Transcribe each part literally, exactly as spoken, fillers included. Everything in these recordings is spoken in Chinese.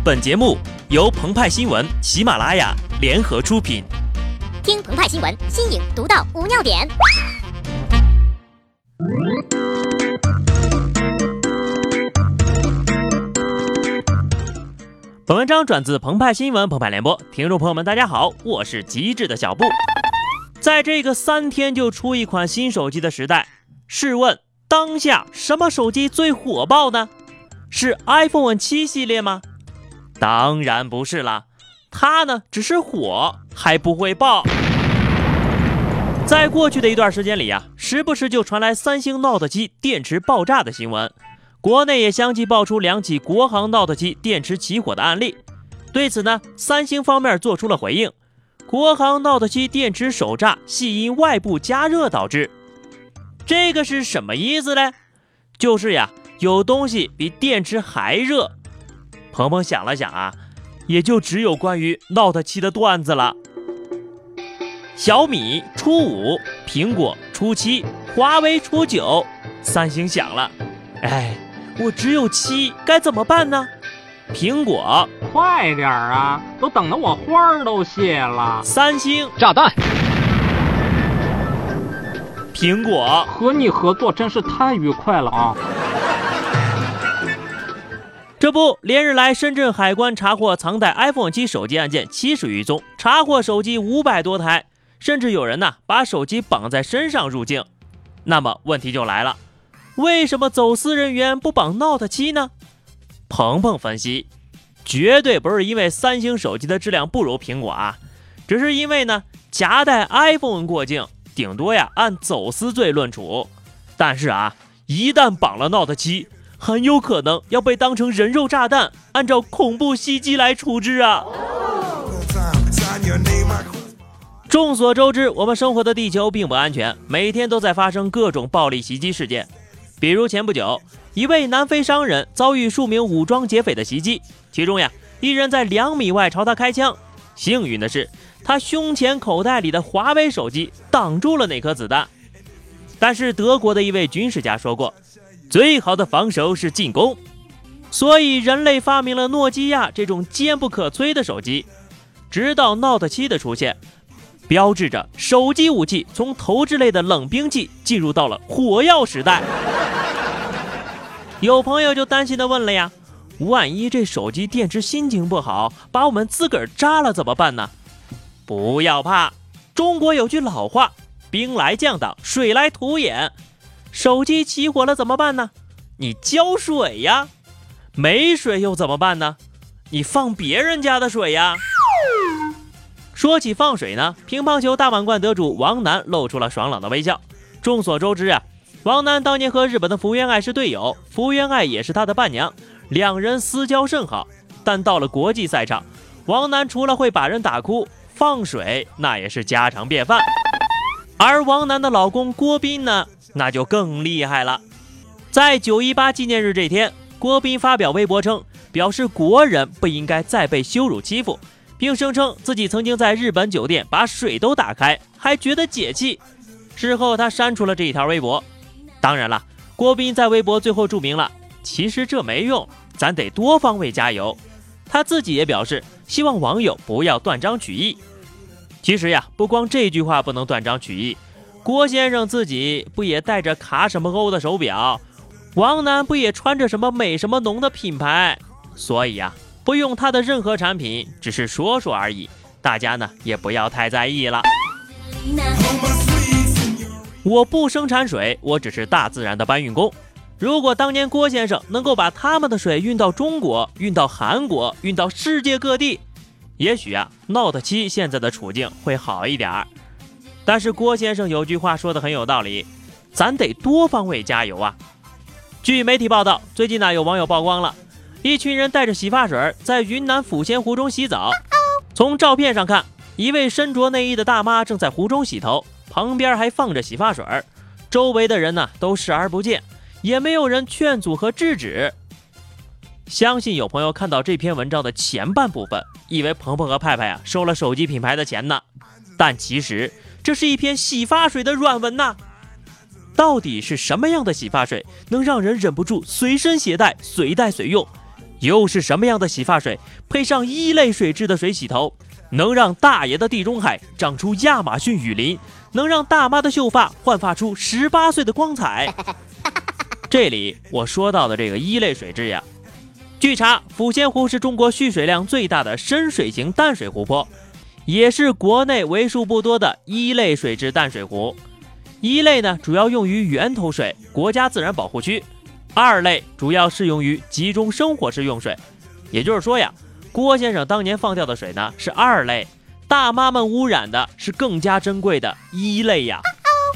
本节目由澎湃新闻、喜马拉雅联合出品。 听澎湃新闻，新颖独到，无尿点。 本文章转自澎湃新闻澎湃联播，听众朋友们大家好，我是机智的小布。在这个三天就出一款新手机的时代，试问当下什么手机最火爆呢？是 iPhone 七系列吗？当然不是啦，它呢只是火，还不会爆。在过去的一段时间里呀、啊，时不时就传来三星 Note 七电池爆炸的新闻，国内也相继爆出两起国行 Note 七电池起火的案例。对此呢，三星方面做出了回应，国行 Note 七电池手炸系因外部加热导致。这个是什么意思呢？就是呀，有东西比电池还热。鹏鹏想了想啊，也就只有关于 Note 七的段子了。小米出五，苹果出七，华为出九，三星想了，哎，我只有七，该怎么办呢？苹果， 快点啊，都等得我花儿都谢了。 三星， 炸弹。 苹果， 和你合作真是太愉快了啊！ 这不，连日来深圳海关查获藏带 iPhone 七手机案件七十余宗，查获手机五百多台，甚至有人呢把手机绑在身上入境。那么问题就来了，为什么走私人员不绑 Note 七呢？鹏鹏分析，绝对不是因为三星手机的质量不如苹果啊，只是因为呢夹带 iPhone 过境，顶多呀按走私罪论处。但是啊，一旦绑了 Note 七，很有可能要被当成人肉炸弹，按照恐怖袭击来处置啊！众所周知，我们生活的地球并不安全，每天都在发生各种暴力袭击事件。比如前不久，一位南非商人遭遇数名武装劫匪的袭击，其中呀，一人在两米外朝他开枪。幸运的是，他胸前口袋里的华为手机挡住了那颗子弹。但是德国的一位军事家说过，最好的防守是进攻，所以人类发明了诺基亚这种坚不可摧的手机。直到 Note 七的出现，标志着手机武器从投掷类的冷兵器进入到了火药时代。有朋友就担心地问了呀，万一这手机电池心情不好，把我们自个儿扎了怎么办呢？不要怕，中国有句老话，兵来将挡，水来土掩。手机起火了怎么办呢？你浇水呀。没水又怎么办呢？你放别人家的水呀。说起放水呢，乒乓球大满贯得主王楠露出了爽朗的微笑。众所周知啊，王楠当年和日本的福原爱是队友，福原爱也是他的伴娘，两人私交甚好。但到了国际赛场，王楠除了会把人打哭，放水那也是家常便饭。而王楠的老公郭斌呢，那就更厉害了。在九一八纪念日这天，郭斌发表微博称，表示国人不应该再被羞辱欺负，并声称自己曾经在日本酒店把水都打开，还觉得解气。事后他删除了这一条微博。当然了，郭斌在微博最后注明了，其实这没用，咱得多方位加油。他自己也表示，希望网友不要断章取义。其实呀，不光这句话不能断章取义，郭先生自己不也戴着卡什么欧的手表，王楠不也穿着什么美什么浓的品牌，所以呀，不用他的任何产品，只是说说而已，大家呢也不要太在意了。我不生产水，我只是大自然的搬运工。如果当年郭先生能够把他们的水运到中国，运到韩国，运到世界各地，也许啊 Note 七现在的处境会好一点。但是郭先生有句话说的很有道理，咱得多方位加油啊。据媒体报道，最近呢有网友曝光了一群人带着洗发水在云南抚仙湖中洗澡。从照片上看，一位身着内衣的大妈正在湖中洗头，旁边还放着洗发水，周围的人呢都视而不见，也没有人劝阻和制止。相信有朋友看到这篇文章的前半部分，以为鹏鹏和派派啊收了手机品牌的钱呢，但其实这是一篇洗发水的软文呐。到底是什么样的洗发水能让人忍不住随身携带，随带随用？ 又是什么样的洗发水配上一类水质的水洗头，能让大爷的地中海长出亚马逊雨林，能让大妈的秀发焕发出十八岁的光彩？这里我说到的这个一类水质呀，据查，抚仙湖是中国蓄水量最大的深水型淡水湖泊，也是国内为数不多的一类水质淡水湖。一类呢，主要用于源头水国家自然保护区；二类主要适用于集中生活式用水。也就是说呀，郭先生当年放掉的水呢是二类，大妈们污染的是更加珍贵的一类呀。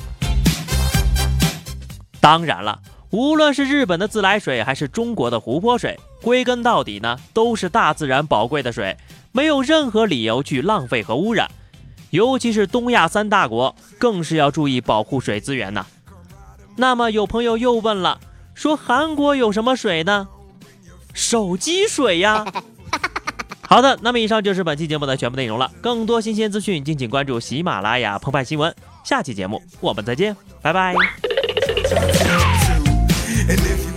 当然了，无论是日本的自来水还是中国的湖泊水，归根到底呢，都是大自然宝贵的水，没有任何理由去浪费和污染。尤其是东亚三大国，更是要注意保护水资源呢。那么有朋友又问了，说韩国有什么水呢？手机水呀。好的，那么以上就是本期节目的全部内容了。更多新鲜资讯，敬请关注喜马拉雅澎湃新闻。下期节目我们再见，拜拜。And if